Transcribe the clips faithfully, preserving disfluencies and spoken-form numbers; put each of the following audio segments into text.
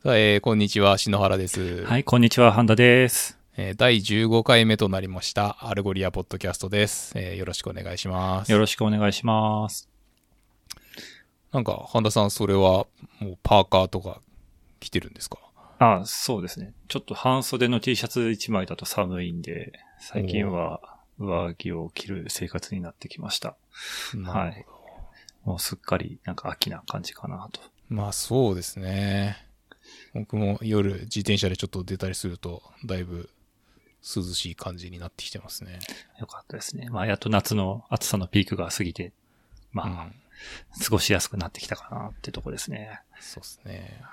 さあ、えーこんにちは、篠原です。 はい、こんにちは、半田です。 えーだいじゅうごかいめとなりました、アルゴリアポッドキャストです。えーよろしくお願いします。 よろしくお願いします。 なんか、半田さん、それは、もうパーカーとか着てるんですか？ あ、そうですね。ちょっと半袖の T シャツいちまいだと寒いんで、最近は上着を着る生活になってきました。 なるほど。 はい。もうすっかりなんか秋な感じかなと。 まあ、そうですね。僕も夜、自転車でちょっと出たりすると、だいぶ涼しい感じになってきてますね。 よかったですね。まあ、やっと夏の暑さのピークが過ぎて、まあ、 うん、 過ごしやすくなってきたかなってとこですね。 そうですね。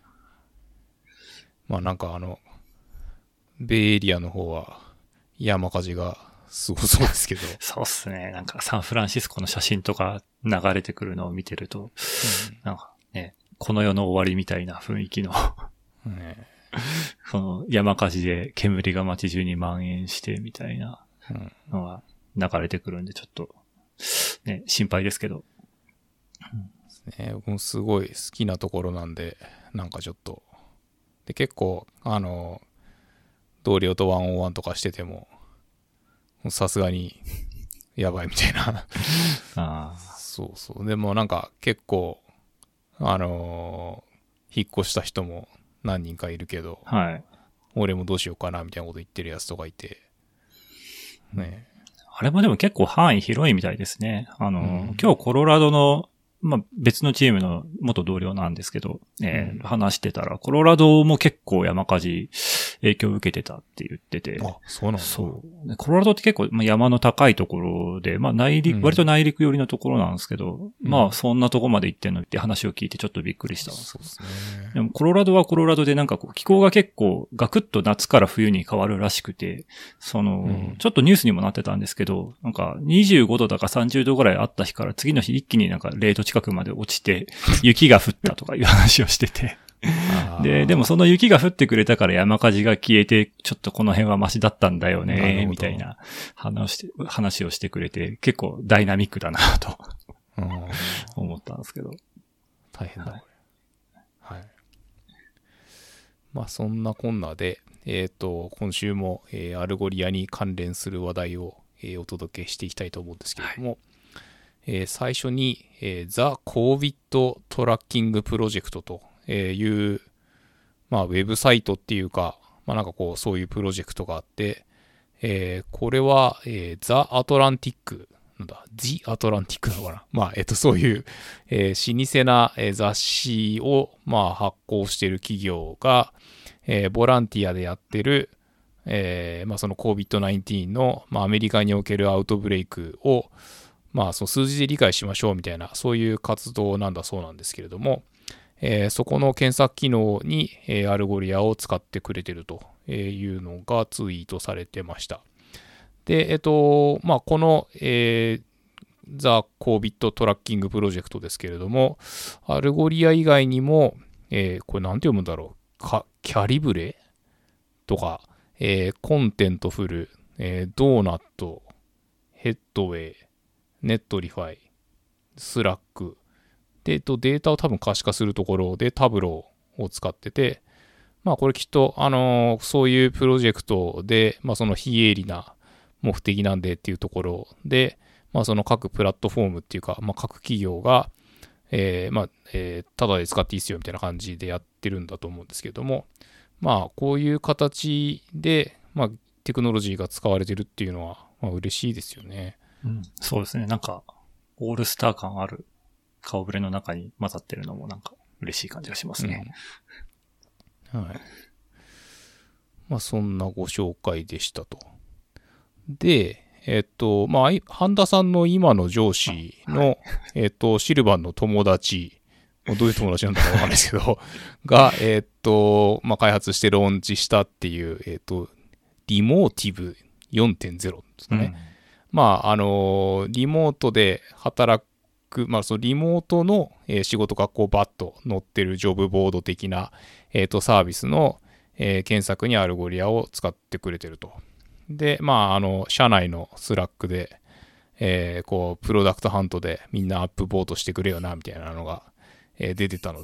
まあ、なんかあの、ベイエリアの方は、山火事がすごそうですけど、 そうっすね。なんかサンフランシスコの写真とか流れてくるのを見てると、なんかね、この世の終わりみたいな雰囲気のうんねその山火事で煙が街中に蔓延してみたいなのが流れてくるんでちょっとね、心配ですけど。 ね、僕もすごい好きなところなんで、なんかちょっと、で結構、あの、同僚とワンオンワンとかしてても、さすがにやばいみたいな。 あそうそう。でもなんか結構、あの引っ越した人も何人かいるけど、 はい。 俺もどうしようかなみたいなこと言ってるやつとかいて、ね。 あれもでも結構範囲広いみたいですね。あの、 うん、 今日コロラドの、まあ、別のチームの元同僚なんですけど、えーうん、 話してたら、コロラドも結構山火事影響を受けてたって言ってて。 あ、そうなんだ。 そう。コロラドって結構、まあ、山の高いところで、まあ内陸、 うん、 割と内陸寄りのところなんですけど、 うん、 まあそんなとこまで行ってんのって話を聞いてちょっとびっくりしたんですけど。 そうですね。 でもコロラドはコロラドでなんかこう気候が結構ガクッと夏から冬に変わるらしくて、その、うん、ちょっとニュースにもなってたんですけど、なんかにじゅうごどだかさんじゅうどぐらいあった日から次の日一気になんかれいど近くまで落ちて、雪が降ったとかいう話をしてて。で、でもその雪が降ってくれたから山火事が消えて、ちょっとこの辺はマシだったんだよね、みたいな話をして、話をしてくれて、結構ダイナミックだなと思ったんですけど。 大変だ、はい、はい。まあそんなこんなで、えっと、今週も、えー、アルゴリアに関連する話題を、えー、お届けしていきたいと思うんですけれども、はい、えー、最初に、えー、ザ・コービッド・トラッキング・プロジェクトという、まあ、ウェブサイトっていうか、まあなんかこう、そういうプロジェクトがあって、えー、これは、えー、ザ・アトランティック、なんだ、ジ・アトランティックなのかな。まあ、えっと、そういう、えー、老舗な、えー、雑誌を、まあ、発行している企業が、えー、ボランティアでやってる、えー、まあ、その コービッドナインティーン の、まあ、アメリカにおけるアウトブレイクを、まあ、その数字で理解しましょうみたいな、そういう活動なんだそうなんですけれども、えー、そこの検索機能に、えー、アルゴリアを使ってくれてるというのがツイートされてました。で、えっと、まあ、この、えー、ザ・コービッド・トラッキングプロジェクトですけれども、アルゴリア以外にも、えー、これなんて読むんだろう、かキャリブレとか、えー、コンテントフル、えー、ドーナット、ヘッドウェイ、ネットリファイ、スラック、で、えっと、データを多分可視化するところでタブローを使ってて、まあこれきっと、あのー、そういうプロジェクトで、まあその非営利な目的なんでっていうところで、まあその各プラットフォームっていうか、まあ各企業が、えー、まあ、えー、ただで使っていいっすよみたいな感じでやってるんだと思うんですけども、まあこういう形で、まあテクノロジーが使われてるっていうのは、まあ嬉しいですよね。 うん、そうですね。なんか、オールスター感ある顔ぶれの中に混ざってるのもなんか嬉しい感じがしますね。 うん、はい。まあそんなご紹介でしたと。で、えっと、まあ、半田さんの今の上司の、はい、えっと、シルバンの友達、どういう友達なんだかわかんないですけど、が、えっと、まあ、開発してローンチしたっていう、えっと、リモーティブ よんてんゼロ ですかね。うん、まあ、あの、リモートで働く、まあ、そのリモートの仕事がこうバッと載ってるジョブボード的な、えっと、サービスの、えー、検索にアルゴリアを使ってくれてると。で、まあ、あの、社内のスラックで、えー、こう、プロダクトハントでみんなアップボートしてくれよな、みたいなのが、えー、出てたので、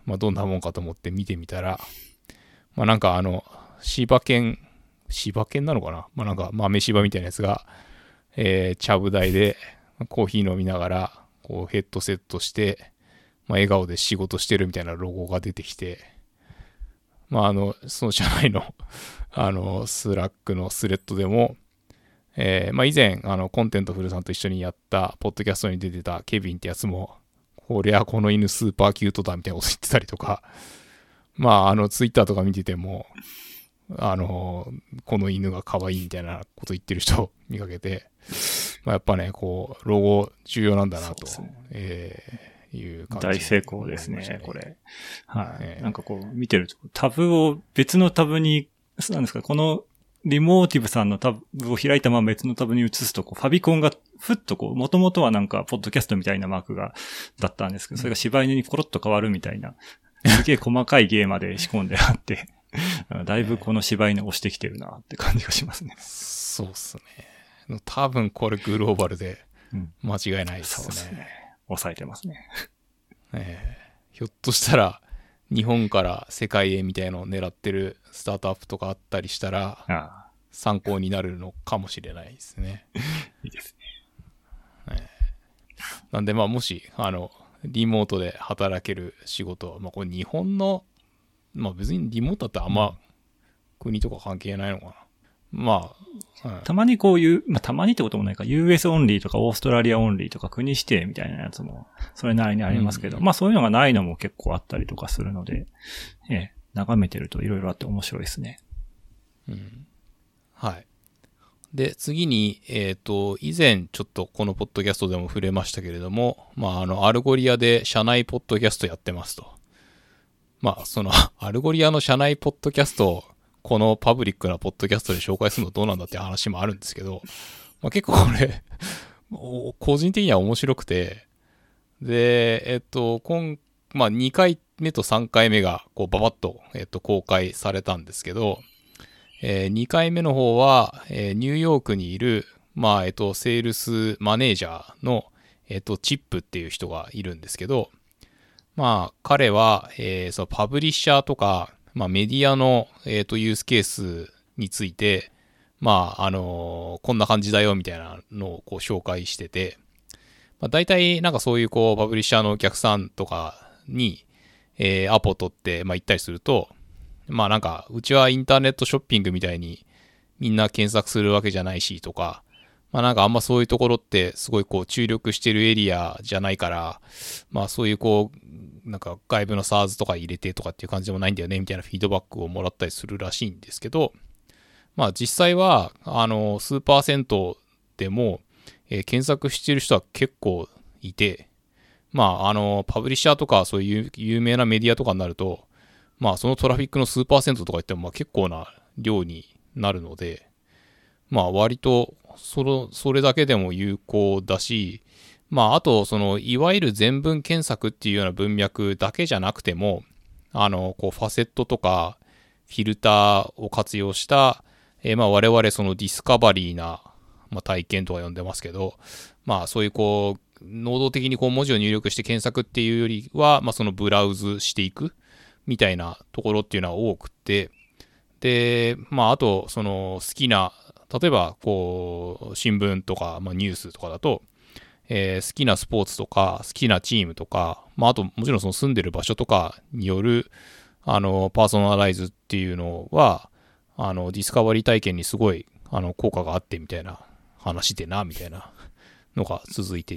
まあ、どんなもんかと思って見てみたら、まあ、なんかあの、柴犬、柴犬なのかな、まあ、なんか豆柴みたいなやつが、えー、ちゃぶ台でコーヒー飲みながら、こうヘッドセットして、まあ、笑顔で仕事してるみたいなロゴが出てきて、まあ、あの、その社内の、あの、スラックのスレッドでも、えー、まあ、以前、あの、コンテントフルさんと一緒にやった、ポッドキャストに出てたケビンってやつも、こりゃこの犬スーパーキュートだみたいなこと言ってたりとか、まあ、あの、ツイッターとか見てても、あの、この犬が可愛いみたいなこと言ってる人を見かけて、まあ、やっぱね、こう、ロゴ重要なんだなと、ねえー、いう感じ、 大成功ですね、これ。はい、えー。なんかこう、見てると、タブを別のタブに、なんですか、この、リモーティブさんのタブを開いたまま別のタブに移すと、こう、ファビコンがふっとこう、もともとはなんか、ポッドキャストみたいなマークが、だったんですけど、それが柴犬にコロッと変わるみたいな、すげえ細かい芸まで仕込んであって、だいぶこの柴犬を押してきてるなって感じがしますね。 そうっすね。多分これグローバルで間違いないっすね。うん、そうですね。 抑えてますね。 えー、ひょっとしたら、日本から世界へみたいのを狙ってるスタートアップとかあったりしたら、ああ参考になるのかもしれないですね。 いいですね。えー、なんでまあもし、あの、リモートで働ける仕事、まあこれ日本の、まあ別にリモートだってあんま国とか関係ないのかな。まあ、 うん、たまにこういう、まあたまにってこともないか、ユーエス オンリーとかオーストラリアオンリーとか国指定みたいなやつもそれなりにありますけど、うん、まあそういうのがないのも結構あったりとかするので、ええ、眺めてるといろいろあって面白いですね。 うん。はい。で、次に、えっと、以前ちょっとこのポッドキャストでも触れましたけれども、まああの、アルゴリアで社内ポッドキャストやってますと。まあその、アルゴリアの社内ポッドキャストをこのパブリックなポッドキャストで紹介するのどうなんだって話もあるんですけど、まあ、結構これ個人的には面白くて、で、えっと、今、まあにかいめとさんかいめがこうババッと、えっと、公開されたんですけど、えー、にかいめの方は、えー、ニューヨークにいる、まあ、えっと、セールスマネージャーの、えっと、チップっていう人がいるんですけど、まあ、彼は、えー、そのパブリッシャーとか、まあ、メディアの、えーと、ユースケースについて、まあ、あのー、こんな感じだよみたいなのをこう紹介してて、まあ、大体なんかそういうこう、パブリッシャーのお客さんとかに、えー、アポ取って、まあ、行ったりすると、まあなんか、うちはインターネットショッピングみたいにみんな検索するわけじゃないしとか、まあなんかあんまそういうところってすごいこう注力してるエリアじゃないから、まあそういうこう、なんか外部の SARS とか入れてとかっていう感じでもないんだよねみたいなフィードバックをもらったりするらしいんですけど、まあ実際はあの数パーセントでも、えー、検索してる人は結構いて、まああのパブリッシャーとかそういう有名なメディアとかになると、まあそのトラフィックの数パーセントとか言ってもまあ結構な量になるので、まあ割とそのそれだけでも有効だし、まあ、あと、その、いわゆる全文検索っていうような文脈だけじゃなくても、あの、こう、ファセットとか、フィルターを活用した、えー、まあ、我々そのディスカバリーな、まあ、体験とか呼んでますけど、まあ、そういうこう、能動的にこう、文字を入力して検索っていうよりは、まあ、そのブラウズしていくみたいなところっていうのは多くて、で、まあ、あと、その、好きな、例えば、こう、新聞とか、まあ、ニュースとかだと、えー、好きなスポーツとか好きなチームとか、まあ、あともちろんその住んでる場所とかによるあのパーソナライズっていうのはあのディスカバリー体験にすごいあの効果があってみたいな話でなみたいなのが続いていって、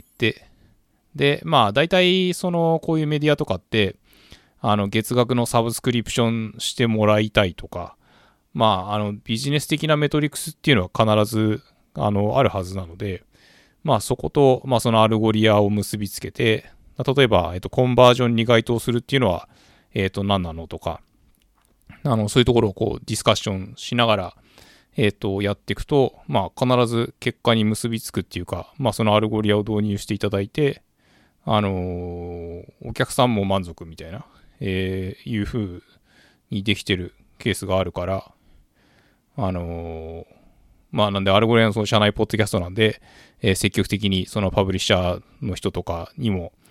でまあ大体そのこういうメディアとかってあの月額のサブスクリプションしてもらいたいとか、まああのビジネス的なメトリクスっていうのは必ずあのあるはずなので、まあそこと、まあそのアルゴリアを結びつけて、例えば、えっと、コンバージョンに該当するっていうのは、えっと、何なのとか、あの、そういうところをこうディスカッションしながら、えっと、やっていくと、まあ必ず結果に結びつくっていうか、まあそのアルゴリアを導入していただいて、あのー、お客さんも満足みたいな、えー、いう風にできてるケースがあるから、あのー、まあなんでアルゴリアのその社内ポッドキャストなんで、えー、積極的にそのパブリッシャーの人とかにも、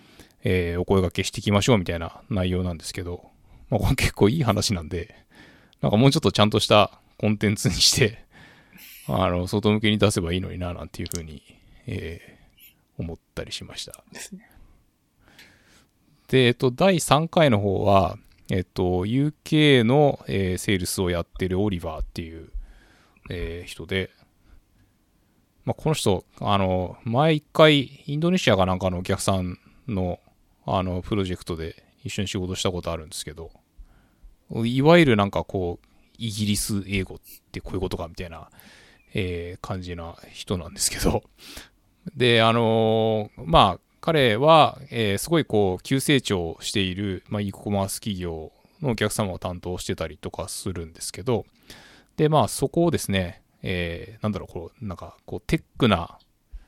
えー、お声掛けしていきましょうみたいな内容なんですけど、まあ、これ結構いい話なんで、なんかもうちょっとちゃんとしたコンテンツにして、あの、外向けに出せばいいのにな、なんていうふうに、えー、思ったりしました。 ですね。 で、えっと、だいさんかいの方は、えっと、ユーケー の、えー、セールスをやってるオリバーっていう、えー、人で、まあ、この人、あの、前一回、インドネシアかなんかのお客さんの、あの、プロジェクトで一緒に仕事したことあるんですけど、いわゆるなんかこう、イギリス英語ってこういうことかみたいな、えー、感じな人なんですけど、で、あのー、まあ、彼は、えー、すごいこう、急成長している、まあ、e コマース企業のお客様を担当してたりとかするんですけど、で、まあ、そこをですね、えー、なんだろう、こう、なんか、こう、テックな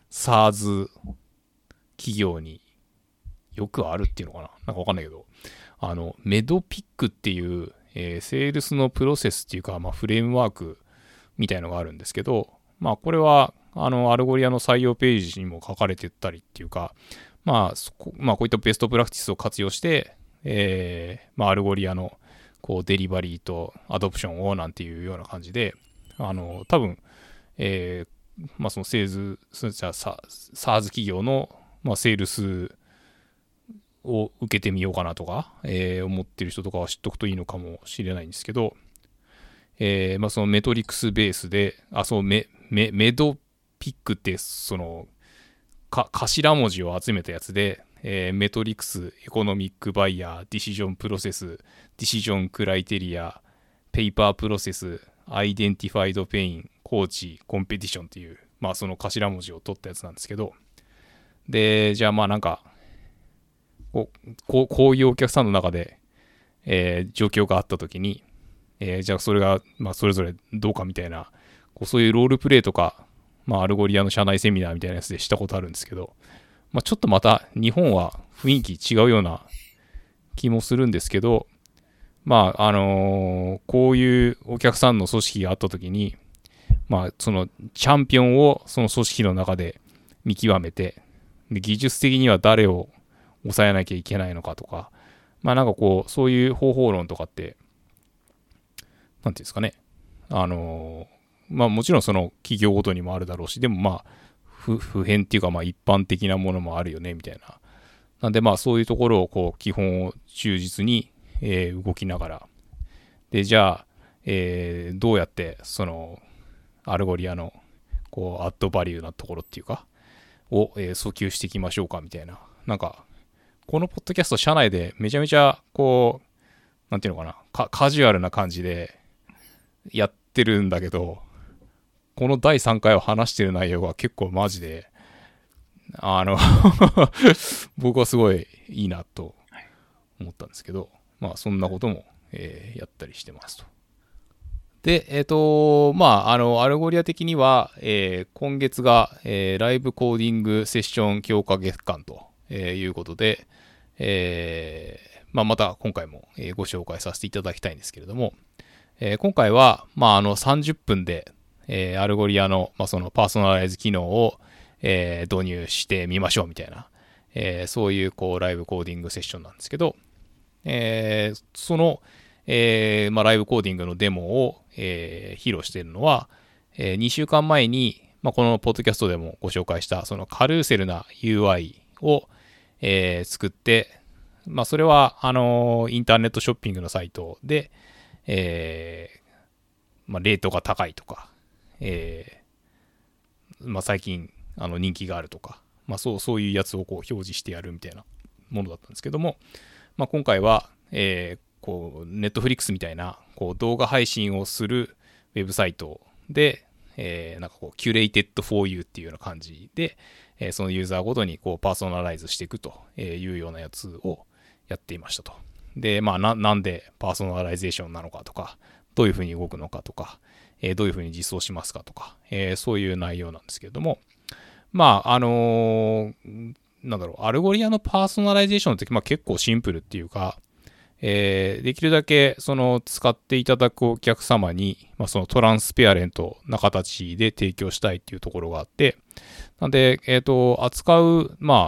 SaaS 企業によくあるっていうのかな、なんかわかんないけど、あの、メドピックっていう、えー、セールスのプロセスっていうか、まあ、フレームワークみたいのがあるんですけど、まあ、これは、あの、アルゴリアの採用ページにも書かれてたりっていうか、まあ、そこ、まあ、こういったベストプラクティスを活用して、えー、まあ、アルゴリアの、こう、デリバリーとアドプションをなんていうような感じで、あの、多分、えー、まあ、そのセールス、じゃあ、サーズ企業の、まあ、セールスを受けてみようかなとか、えー、思ってる人とかは知っとくといいのかもしれないんですけど、えー、まあ、そのメトリクスベースで、あ、そう、メ、メ、メドピックって、その、か、頭文字を集めたやつで、えー、メトリクス、エコノミックバイヤー、ディシジョンプロセス、ディシジョンクライテリア、ペーパープロセス、アイデンティファイドペイン、コーチ、コンペティションっていう、まあその頭文字を取ったやつなんですけど、で、じゃあまあなんか、こう、こう、こういうお客さんの中で、えー、状況があったときに、えー、じゃあそれが、まあそれぞれどうかみたいな、こうそういうロールプレイとか、まあアルゴリアの社内セミナーみたいなやつでしたことあるんですけど、まあちょっとまた日本は雰囲気違うような気もするんですけど、まああのー、こういうお客さんの組織があったときに、まあそのチャンピオンをその組織の中で見極めて、で技術的には誰を抑えなきゃいけないのかとか、まあなんかこうそういう方法論とかってなんていうんですかね、あのー、まあもちろんその企業ごとにもあるだろうし、でもまあ不普遍っていうかまあ一般的なものもあるよねみたいな。なんでまあそういうところをこう基本を忠実に、えー、動きながら、でじゃあ、えー、どうやってそのアルゴリアのこうアッドバリューなところっていうかを、えー、訴求していきましょうかみたいな。なんかこのポッドキャスト社内でめちゃめちゃこうなんていうのかな、かカジュアルな感じでやってるんだけど、このだいさんかいを話してる内容が結構マジで、あの僕はすごいいいなと思ったんですけど、まあそんなことも、えー、やったりしてますと。で、えっ、ー、と、まあ、あの、アルゴリア的には、えー、今月が、えー、ライブコーディングセッション強化月間と、えー、いうことで、えー、まあ、また今回もご紹介させていただきたいんですけれども、えー、今回は、まあ、あのさんじゅっぷんで、えー、アルゴリアの、まあ、そのパーソナライズ機能を、えー、導入してみましょうみたいな、えー、そういうこうライブコーディングセッションなんですけど、えー、その、えーまあ、ライブコーディングのデモを、えー、披露しているのは、えー、にしゅうかんまえに、まあ、このポッドキャストでもご紹介したそのカルーセルな ユーアイ を、えー、作って、まあ、それはあのー、インターネットショッピングのサイトで、えーまあ、レートが高いとか、えーまあ、最近あの人気があるとか、まあ、そうそういうやつをこう表示してやるみたいなものだったんですけども、まあ、今回は、えー、こうネットフリックスみたいなこう動画配信をするウェブサイトで、えー、なんかこうキュレイテッドフォーユーっていうような感じで、えー、そのユーザーごとにこうパーソナライズしていくというようなやつをやっていましたと。で、まあな、なんでパーソナライゼーションなのかとか、どういうふうに動くのかとか、えー、どういうふうに実装しますかとか、えー、そういう内容なんですけれども、まあ、あのー、なんだろう、アルゴリアのパーソナライゼーションって、まあ、結構シンプルっていうか、えー、できるだけその使っていただくお客様に、まあ、そのトランスペアレントな形で提供したいっていうところがあって、なんで、えっと、扱う、まあ、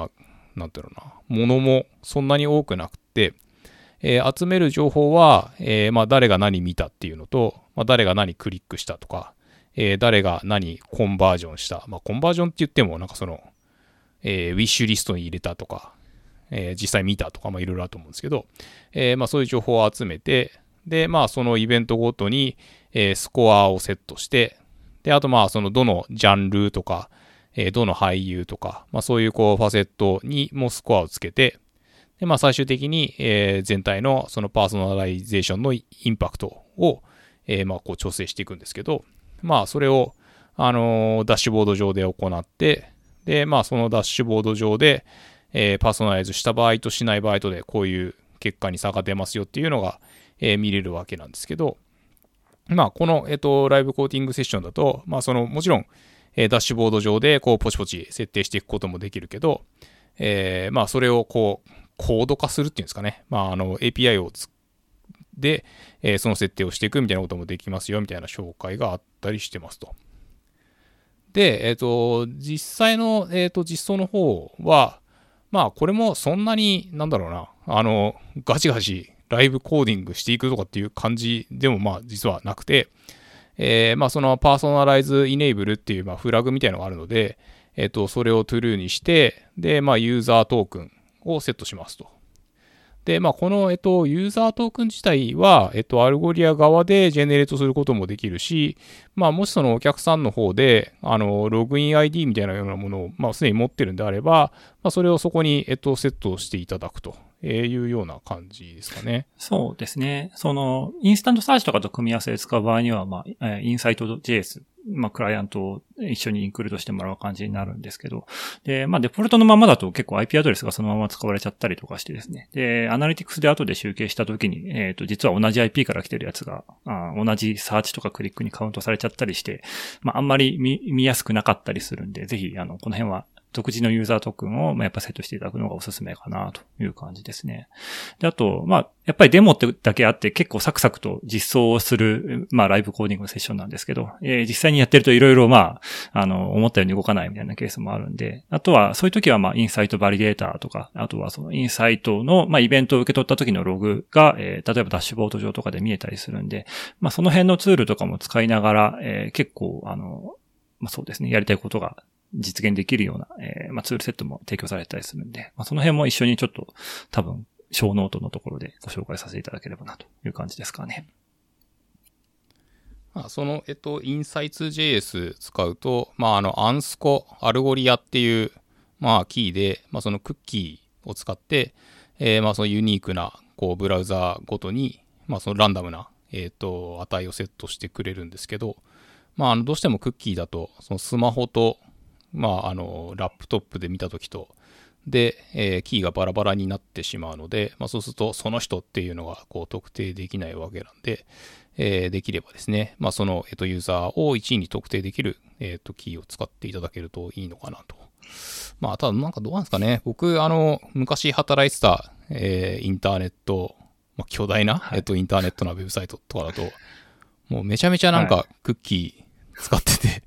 なんていうのかな、ものもそんなに多くなくて、えー、集める情報は、えー、まあ誰が何見たっていうのと、まあ、誰が何クリックしたとか、えー、誰が何コンバージョンした。まあコンバージョンって言ってもなんかその、えー、ウィッシュリストに入れたとか、えー、実際見たとか、まあいろいろあると思うんですけど、えー、まあそういう情報を集めて、で、まあそのイベントごとに、えー、スコアをセットして、で、あとまあそのどのジャンルとか、えー、どの俳優とか、まあそういうこうファセットにもスコアをつけて、で、まあ最終的に、えー、全体のそのパーソナライゼーションのインパクトを、えー、まあこう調整していくんですけど、まあそれを、あのー、ダッシュボード上で行って、で、まあそのダッシュボード上で、えー、パーソナライズした場合としない場合とでこういう結果に差が出ますよっていうのが、えー、見れるわけなんですけど、まあこの、えっと、ライブコーティングセッションだと、まあそのもちろん、えー、ダッシュボード上でこうポチポチ設定していくこともできるけど、えー、まあそれをこうコード化するっていうんですかね。まああの エーピーアイ をつで、えー、その設定をしていくみたいなこともできますよみたいな紹介があったりしてますと。で、えっと、実際の、えっと、実装の方は、まあこれもそんなになんだろうな、あの、ガチガチライブコーディングしていくとかっていう感じでもまあ実はなくて、えー、まあそのパーソナライズイネーブルっていうまあフラグみたいなのがあるので、えっと、それをトゥルーにして、で、まあユーザートークンをセットしますと。で、まあこの、えっと、ユーザートークン自体は、えっと、アルゴリア側でジェネレートすることもできるし、まあもしそのお客さんの方で、あの、ログイン アイディー みたいなようなものを、まあすでに持ってるんであれば、まあそれをそこに、えっと、セットしていただくというような感じですかね。 そうですね。その、インスタントサーチとかと組み合わせで使う場合には、まあ、インサイト ジェイエス、まあ、クライアントを一緒にインクルードしてもらう感じになるんですけど、で、まあ、デフォルトのままだと結構 アイピー アドレスがそのまま使われちゃったりとかしてですね。で、アナリティクスで後で集計したときに、えっと、実は同じ アイピー から来てるやつが、あ同じサーチとかクリックにカウントされちゃったりして、まあ、あんまり 見, 見やすくなかったりするんで、ぜひ、あの、この辺は、独自のユーザートークンを、まあ、やっぱセットしていただくのがおすすめかなという感じですね。で、あと、まあ、やっぱりデモってだけあって結構サクサクと実装をする、まあ、ライブコーディングのセッションなんですけど、えー、実際にやってるといろいろ、まあ、あの、思ったように動かないみたいなケースもあるんで、あとは、そういう時は、まあ、インサイトバリデーターとか、あとはそのインサイトの、まあ、イベントを受け取った時のログが、えー、例えばダッシュボード上とかで見えたりするんで、まあ、その辺のツールとかも使いながら、えー、結構、あの、まあ、そうですね、やりたいことが実現できるような、えーまあ、ツールセットも提供されたりするんで、まあ、その辺も一緒にちょっと多分小ノートのところでご紹介させていただければなという感じですかね。 まあ、その、えっと、インサイツ ジェイエス 使うと、まあ、あの、アンスコ、アルゴリアっていう、まあ、キーで、まあ、そのクッキーを使って、えー、まあ、そのユニークな、こう、ブラウザーごとに、まあ、そのランダムな、えっと、値をセットしてくれるんですけど、まあ、あの、どうしてもクッキーだと、そのスマホと、まあ、あの、ラップトップで見たときと、で、えー、キーがバラバラになってしまうので、まあ、そうすると、その人っていうのが、こう、特定できないわけなんで、えー、できればですね、まあ、その、えっと、ユーザーをいちいに特定できる、えっと、キーを使っていただけるといいのかなと。まあ、ただ、なんかどうなんですかね。僕、あの、昔働いてた、えー、インターネット、まあ、巨大な、はい、えっと、インターネットなウェブサイトとかだと、もうめちゃめちゃなんか、クッキー使ってて、はい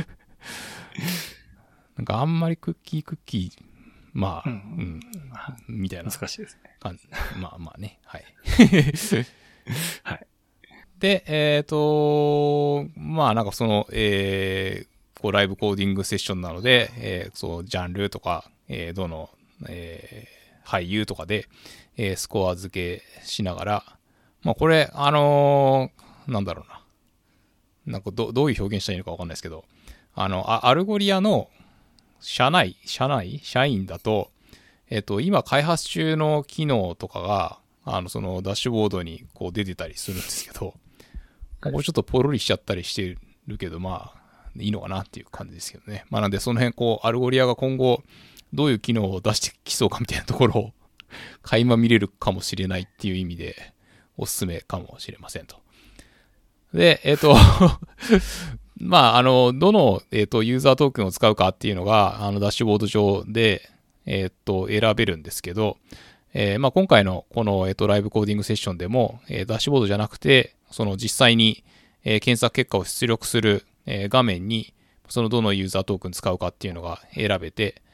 なんかあんまりクッキークッキー、まあ、うん、うん、みたいな。 難しいですね。 まあまあね、はい。 はい。 で、えっと、まあなんかその、えー、こうライブコーディングセッションなので、えー、そう、ジャンルとか、えー、どの、えー、俳優とかで、えー、スコア付けしながら、まあこれ、あのー、なんだろうな。なんかど、どういう表現したらいいのかわかんないですけど、あの、あアルゴリアの、社内、社内、社員だと、えっと、今開発中の機能とかが、あの、そのダッシュボードにこう出てたりするんですけど、これちょっとポロリしちゃったりしてるけど、まあ、いいのかなっていう感じですけどね。まあなんでその辺、こう、アルゴリアが今後、どういう機能を出してきそうかみたいなところを、垣間見れるかもしれないっていう意味で、おすすめかもしれませんと。で、えっと、まあ、あの、どの、えっと、ユーザートークンを使うかっていうのが、あの、ダッシュボード上で、えっと、選べるんですけど、えー、まあ、今回のこの、えっと、ライブコーディングセッションでも、えー、ダッシュボードじゃなくて、その実際に、えー、検索結果を出力する、えー、画面に、そのどのユーザートークン使うかっていうのが選べて、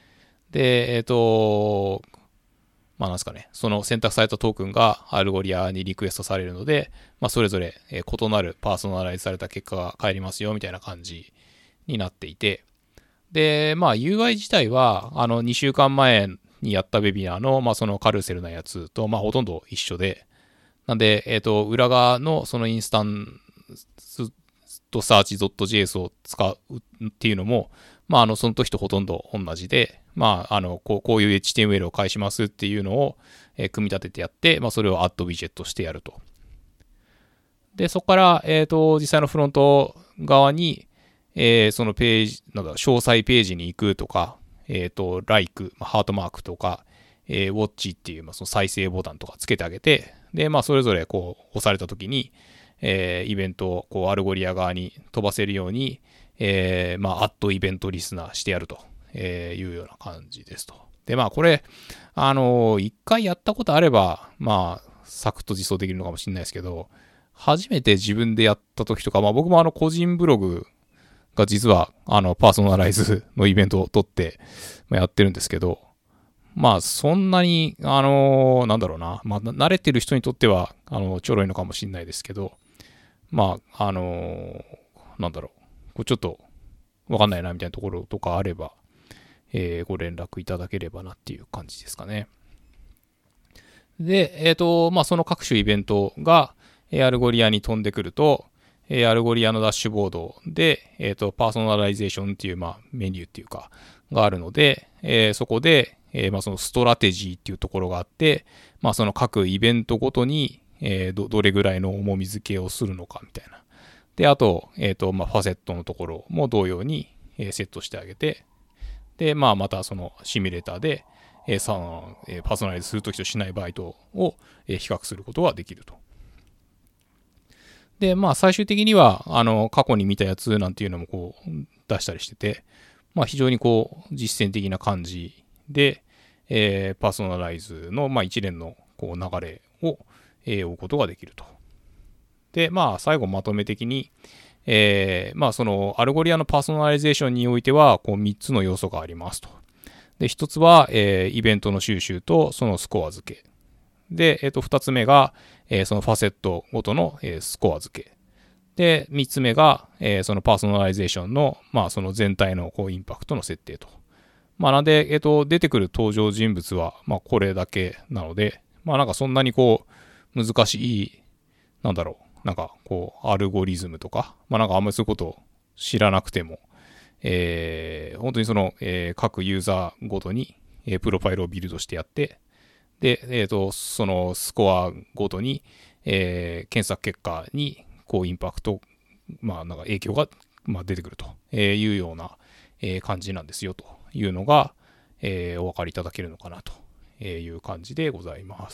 で、えっと、まあなんですかね、その選択されたトークンがアルゴリアにリクエストされるので、まあそれぞれ異なるパーソナライズされた結果が返りますよみたいな感じになっていて、で、まあ ユーアイ 自体はあのにしゅうかんまえにやったウェビナーのまあそのカルセルなやつとまあほとんど一緒で、なんで、えっと、裏側のそのインスタンスと サーチドットジェイエス を使うっていうのも、まあ、あの、その時とほとんど同じで、まあ、あの、こう、こういう エイチティーエムエル を返しますっていうのを、えー組み立ててやって、まあ、それを アッド ウィジェットしてやると。で、そこから、えっと、実際のフロント側に、えーそのページ、なんだ、詳細ページに行くとか、えっと、like、まあハートマークとか、えー、ウォッチっていう、まあ、その再生ボタンとかつけてあげて、で、まあ、それぞれこう、押された時に、えーイベントを、こう、アルゴリア側に飛ばせるように、えーまあ、アットイベントリスナーしてやるというような感じですと。で、まあ、これ、あのー一回やったことあれば、まあ、サクッと実装できるのかもしれないですけど、初めて自分でやった時とか、まあ僕もあの個人ブログが実はあのパーソナライズのイベントを取ってやってるんですけど、まあそんなに、あのーなんだろうな、まあ慣れてる人にとっては、あの、ちょろいのかもしれないですけど、まあ、あのーなんだろう、こうちょっとわかんないなみたいなところとかあれば、えーご連絡いただければなっていう感じですかね。で、えっ、と、まあその各種イベントが、えーアルゴリアに飛んでくると、えーアルゴリアのダッシュボードで、えっ、と、パーソナライゼーションっていう、まあ、メニューっていうか、があるので、えーそこで、えーまあ、そのストラテジーっていうところがあって、まあ、その各イベントごとに、えーど、どれぐらいの重み付けをするのかみたいな。で、あと、えっ、と、まあ、ファセットのところも同様に、えーセットしてあげて、で、まあ、またそのシミュレーターで、えーさえーパーソナライズするときとしない場合とを、えー比較することができると。で、まあ最終的には、あの、過去に見たやつなんていうのもこう出したりしてて、まあ非常にこう実践的な感じで、えーパーソナライズの、まあ一連のこう流れを、えー追うことができると。で、まあ最後まとめ的に、えーまあそのアルゴリアのパーソナライゼーションにおいては、こうみっつの要素がありますと。で、ひとつは、えーイベントの収集とそのスコア付け。で、えっ、と、二つ目が、えーそのファセットごとの、えースコア付け。で、三つ目が、えーそのパーソナライゼーションの、まあ、その全体のこうインパクトの設定と。まあ、なんで、えっ、と、出てくる登場人物は、まあ、これだけなので、まあ、なんかそんなにこう、難しい、なんだろう、なんかこう、アルゴリズムとか、まあ、なんかあんまりそういうことを知らなくても、えー本当にその、えー各ユーザーごとに、えープロファイルをビルドしてやって、で、えっ、と、そのスコアごとに、えー検索結果に、こう、インパクト、まあ、なんか影響が、まあ、出てくるというような、えー感じなんですよ、というのが、えーお分かりいただけるのかな、という感じでございます。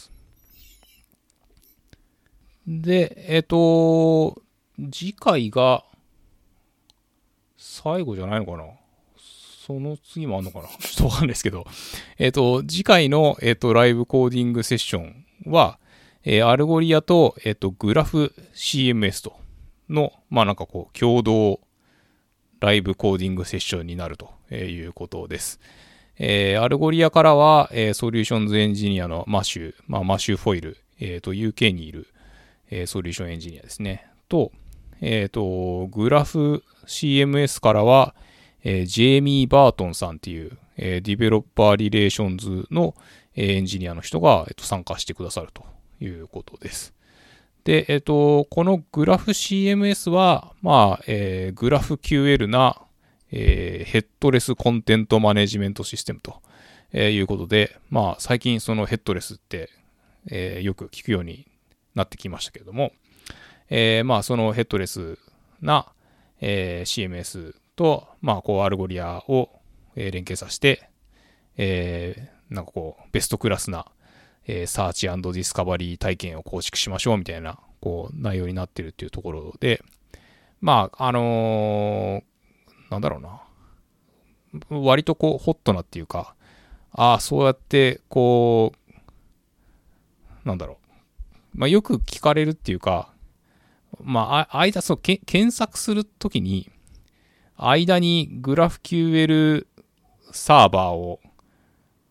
で、えっ、と、次回が、最後じゃないのかな、その次もあんのかな、ちょっとわかんないですけど、えっ、と、次回の、えっ、と、ライブコーディングセッションは、えーアルゴリアと、えっ、と、グラフ シーエムエス との、まあなんかこう、共同ライブコーディングセッションになるということです。えーアルゴリアからは、えーソリューションズエンジニアのマシュー、まあマシューフォイル、えっ、と、ユーケー にいる、えーソリューションエンジニアですね。と、えっ、と、グラフ シーエムエス からは、えージェイミー・バートンさんっていう、えーディベロッパーリレーションズの、えーエンジニアの人が、えーと参加してくださるということです。で、えっ、と、このグラフ シーエムエス は、まあ、えー、グラフ キューエル な、えーヘッドレスコンテントマネジメントシステムと、えーいうことで、まあ、最近そのヘッドレスって、えーよく聞くようになってきましたけれども、えーまあ、そのヘッドレスな、えー シーエムエス と、まあ、こう、アルゴリアを、えー連携させて、えーなんかこう、ベストクラスな、えーサーチ&ディスカバリー体験を構築しましょうみたいな、こう、内容になってるっていうところで、まあ、あのーなんだろうな。割とこう、ホットなっていうか、ああ、そうやって、こう、なんだろう。まあ、よく聞かれるっていうか、まあ、間、そう、け検索するときに、間にグラフ キューエル サーバーを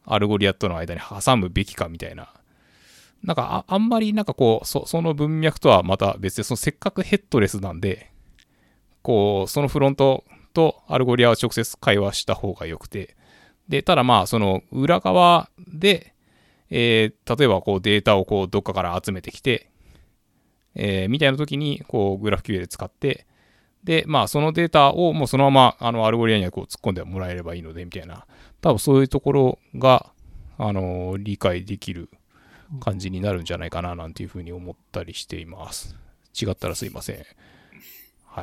アルゴリアとの間に挟むべきかみたいな。なんか あ, あんまりなんかこう、そ, その文脈とはまた別で、そのせっかくヘッドレスなんで、こう、そのフロントとアルゴリアは直接会話した方がよくて、で、ただまあ、その裏側で、えー、例えばこうデータをこうどっかから集めてきて、えー、みたいな時に、こう、グラフ キューエー で使って、で、まあ、そのデータをもうそのまま、あの、アルゴリアにはこう突っ込んでもらえればいいので、みたいな、多分そういうところが、あのー、理解できる感じになるんじゃないかな、なんていうふうに思ったりしています。違ったらすいません。はい。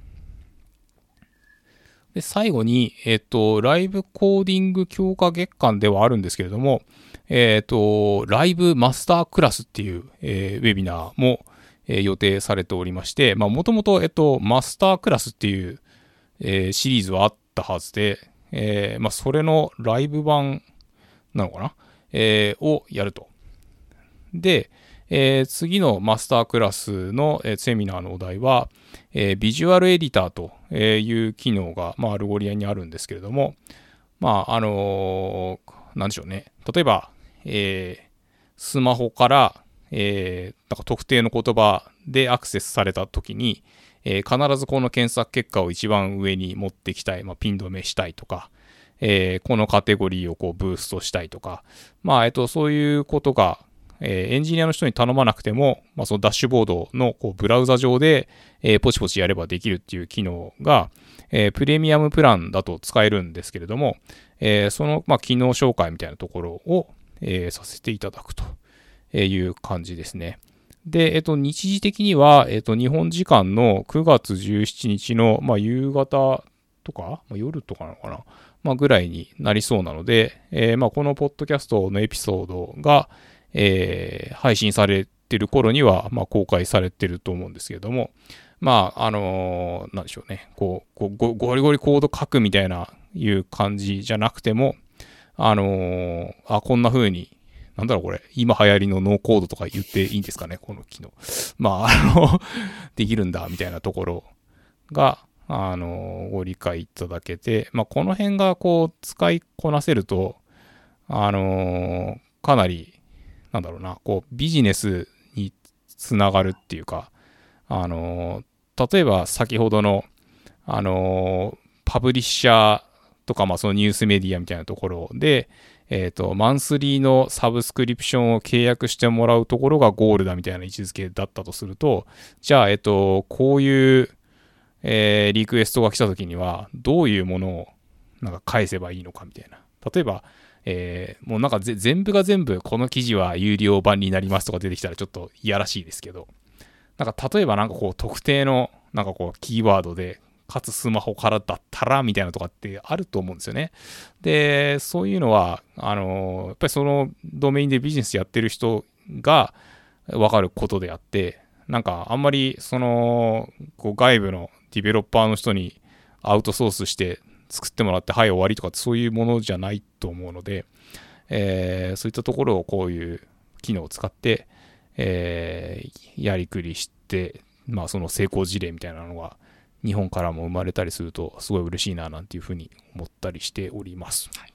で、最後に、えっと、ライブコーディング強化月間ではあるんですけれども、えっと、ライブマスタークラスっていう、えー、ウェビナーも、えー、予定されておりまして、まあ、もともと、えっと、マスタークラスっていう、えー、シリーズはあったはずで、えー、まあ、それのライブ版なのかな、えー、をやると。で、えー、次のマスタークラスの、えー、セミナーのお題は、えー、ビジュアルエディターという機能が、まあ、アルゴリアにあるんですけれども、まあ、あのー、なんでしょうね。例えば、えー、スマホから、えー、なんか特定の言葉でアクセスされたときに、えー、必ずこの検索結果を一番上に持ってきたい、まあ、ピン止めしたいとか、えー、このカテゴリーをこうブーストしたいとか、まあ、えっと、そういうことが、えー、エンジニアの人に頼まなくても、まあ、そのダッシュボードのこうブラウザ上で、えー、ポチポチやればできるっていう機能が、えー、プレミアムプランだと使えるんですけれども、えー、その、まあ、機能紹介みたいなところを、えー、させていただくという感じですね。で、えっと、日時的には、えっと、日本時間のくがつじゅうしちにちの、まあ、夕方とか、まあ、夜とかなのかな、まあ、ぐらいになりそうなので、えー、まあ、このポッドキャストのエピソードが、えー、配信されてる頃には、まあ、公開されてると思うんですけれども、まあ、あのー、なんでしょうね、こう、こうゴ、ゴリゴリコード書くみたいないう感じじゃなくても、あのー、あ、こんな風に、なんだろうこれ、今流行りのノーコードとか言っていいんですかね、この機能。まあ、あの、できるんだ、みたいなところが、あの、ご理解いただけて、まあ、この辺がこう、使いこなせると、あの、かなり、なんだろうな、こう、ビジネスにつながるっていうか、あの、例えば先ほどの、あの、パブリッシャーとか、まあ、そのニュースメディアみたいなところで、えっと、マンスリーのサブスクリプションを契約してもらうところがゴールだみたいな位置づけだったとすると、じゃあ、えっと、こういう、えー、リクエストが来た時には、どういうものをなんか返せばいいのかみたいな。例えば、えー、もうなんか全部が全部この記事は有料版になりますとか出てきたらちょっといやらしいですけど、なんか例えばなんかこう特定のなんかこうキーワードで、かつスマホからだったらみたいなとかってあると思うんですよね。で、そういうのは、あの、やっぱりそのドメインでビジネスやってる人が分かることであって、なんかあんまりそのこう外部のディベロッパーの人にアウトソースして作ってもらってはい終わりとかってそういうものじゃないと思うので、えー、そういったところをこういう機能を使って、えー、やりくりして、まあその成功事例みたいなのが日本からも生まれたりするとすごい嬉しいななんていうふうに思ったりしております。はい。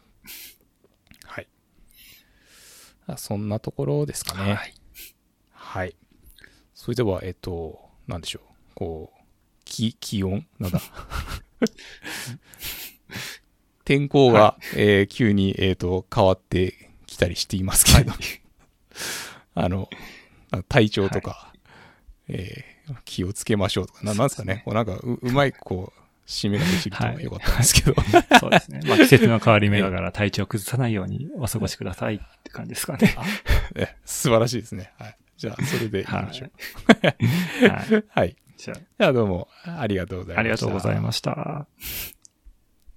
はい、そんなところですかね。はい。はい。それでは、えっと、なんでしょう。こう、気、気温なんだ。天候が、はい、えー、急に、えっと、変わってきたりしていますけれど、はい、あの、体調とか、はい、えー気をつけましょうとか、な、なんですかね。こうなんかう、うまい、こう、締めができるとよかったんですけど。 はい、そうですね。まあ季節の変わり目だから体調を崩さないようにお過ごしくださいって感じですかね。 え素晴らしいですね。はい。じゃあ、それでいきましょう。はい。はい。じゃあ、どうもありがとうございました。 ありがとうございました。